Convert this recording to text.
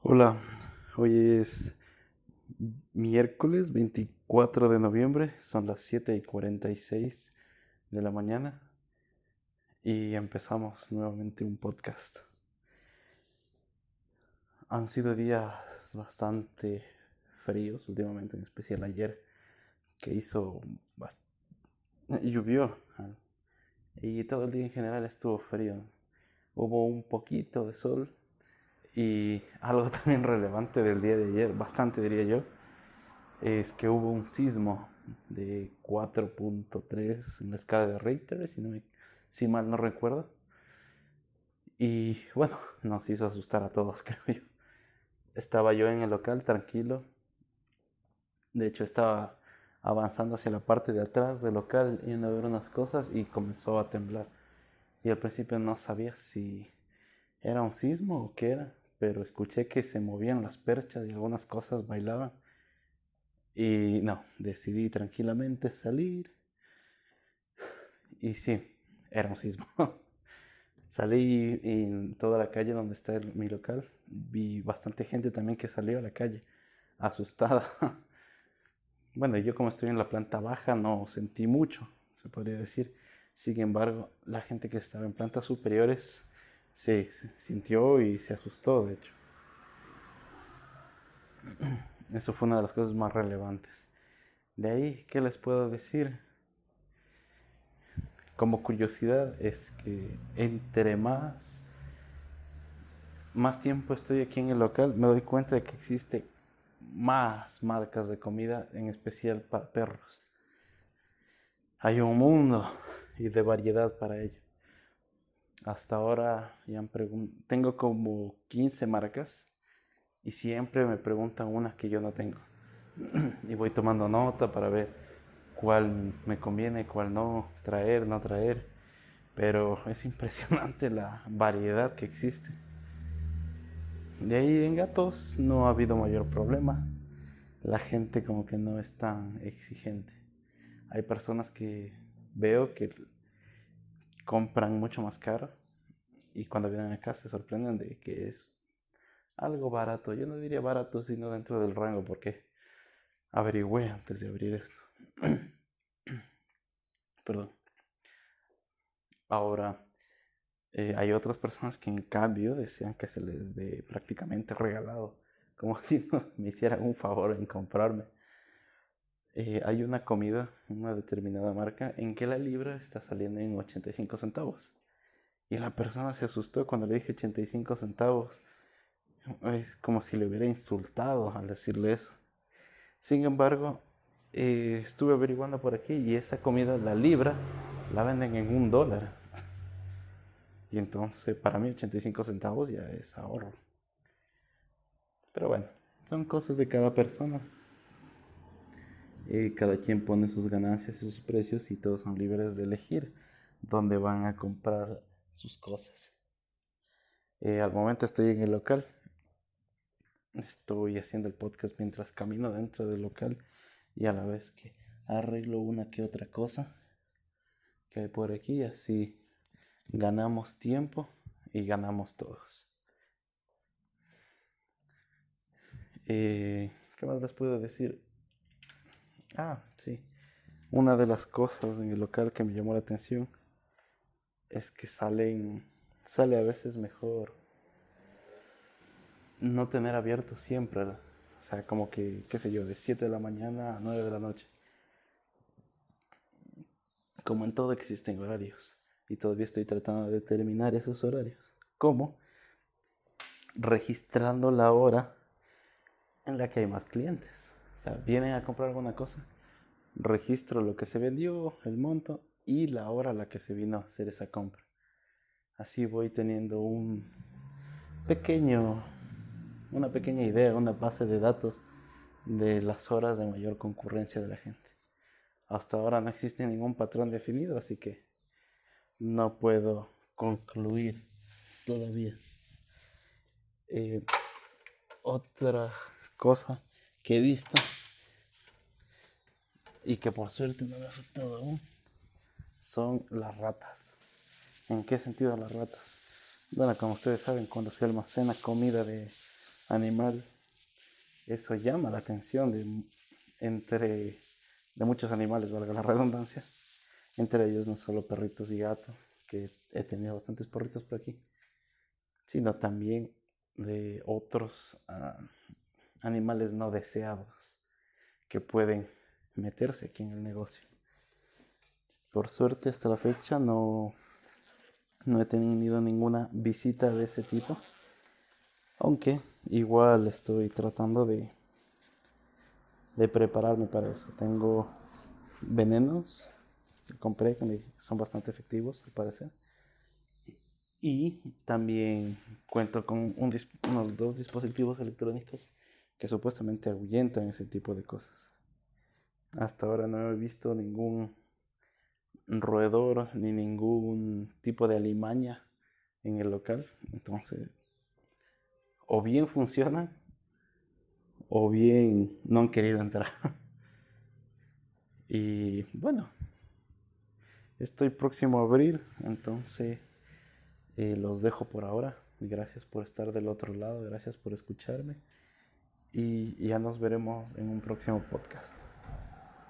Hola, hoy es miércoles 24 de noviembre, son las 7:46 de la mañana y empezamos nuevamente un podcast. Han sido días bastante fríos últimamente, en especial ayer, que llovió y todo el día en general estuvo frío. Hubo un poquito de sol y algo también relevante del día de ayer, bastante diría yo, es que hubo un sismo de 4.3 en la escala de Richter, si mal no recuerdo. Y bueno, nos hizo asustar a todos, creo yo. Estaba yo en el local tranquilo. De hecho, estaba avanzando hacia la parte de atrás del local, yendo a ver unas cosas y comenzó a temblar. Y al principio no sabía si era un sismo o qué era, pero escuché que se movían las perchas y algunas cosas bailaban. Y no, decidí tranquilamente salir. Y sí, era un sismo. Salí en toda la calle donde está mi local. Vi bastante gente también que salió a la calle, asustada. Bueno, yo como estoy en la planta baja no sentí mucho, se podría decir. Sin embargo, la gente que estaba en plantas superiores se sintió y se asustó, de hecho. Eso fue una de las cosas más relevantes. De ahí, ¿qué les puedo decir? Como curiosidad es que entre más tiempo estoy aquí en el local, me doy cuenta de que existe más marcas de comida, en especial para perros. Hay un mundo y de variedad para ello. Hasta ahora tengo como 15 marcas y siempre me preguntan una que yo no tengo. Y voy tomando nota para ver cuál me conviene, cuál no, traer, no traer. Pero es impresionante la variedad que existe. De ahí en gatos no ha habido mayor problema. La gente como que no es tan exigente. Hay personas que veo que compran mucho más caro y cuando vienen acá se sorprenden de que es algo barato. Yo no diría barato, sino dentro del rango, porque averigüé antes de abrir esto. Perdón. Ahora, hay otras personas que en cambio desean que se les dé prácticamente regalado, como si no me hicieran un favor en comprarme. Hay una comida, una determinada marca, en que la libra está saliendo en 85 centavos. Y la persona se asustó cuando le dije 85 centavos. Es como si le hubiera insultado al decirle eso. Sin embargo, estuve averiguando por aquí y esa comida, la libra, la venden en $1. Y entonces para mí 85 centavos ya es ahorro. Pero bueno, son cosas de cada persona. Cada quien pone sus ganancias y sus precios y todos son libres de elegir dónde van a comprar sus cosas. Al momento estoy en el local. Estoy haciendo el podcast mientras camino dentro del local y a la vez que arreglo una que otra cosa que hay por aquí. Así ganamos tiempo y ganamos todos. ¿Qué más les puedo decir? Sí. Una de las cosas en el local que me llamó la atención es que sale a veces mejor no tener abierto siempre. O sea, como que, qué sé yo, de 7 de la mañana a 9 de la noche. Como en todo existen horarios. Y todavía estoy tratando de determinar esos horarios. ¿Cómo? Registrando la hora en la que hay más clientes. O sea, vienen a comprar alguna cosa, registro lo que se vendió, el monto y la hora a la que se vino a hacer esa compra. Así voy teniendo pequeño, una pequeña idea, una base de datos de las horas de mayor concurrencia de la gente. Hasta ahora no existe ningún patrón definido, así que no puedo concluir todavía. Otra cosa que he visto y que por suerte no me ha afectado aún son las ratas. ¿En qué sentido las ratas? Bueno, como ustedes saben, cuando se almacena comida de animal. Eso llama la atención de muchos animales, valga la redundancia. Entre ellos no solo perritos y gatos, que he tenido bastantes perritos por aquí, sino también de otros animales no deseados que pueden meterse aquí en el negocio. Por suerte hasta la fecha no he tenido ninguna visita de ese tipo, aunque igual estoy tratando de prepararme para eso. Tengo venenos que compré que son bastante efectivos al parecer, y también cuento con unos 2 dispositivos electrónicos que supuestamente ahuyentan ese tipo de cosas. Hasta ahora no he visto ningún roedor ni ningún tipo de alimaña en el local. Entonces, o bien funcionan o bien no han querido entrar. Y bueno, estoy próximo a abrir, entonces los dejo por ahora. Gracias por estar del otro lado, gracias por escucharme y ya nos veremos en un próximo podcast.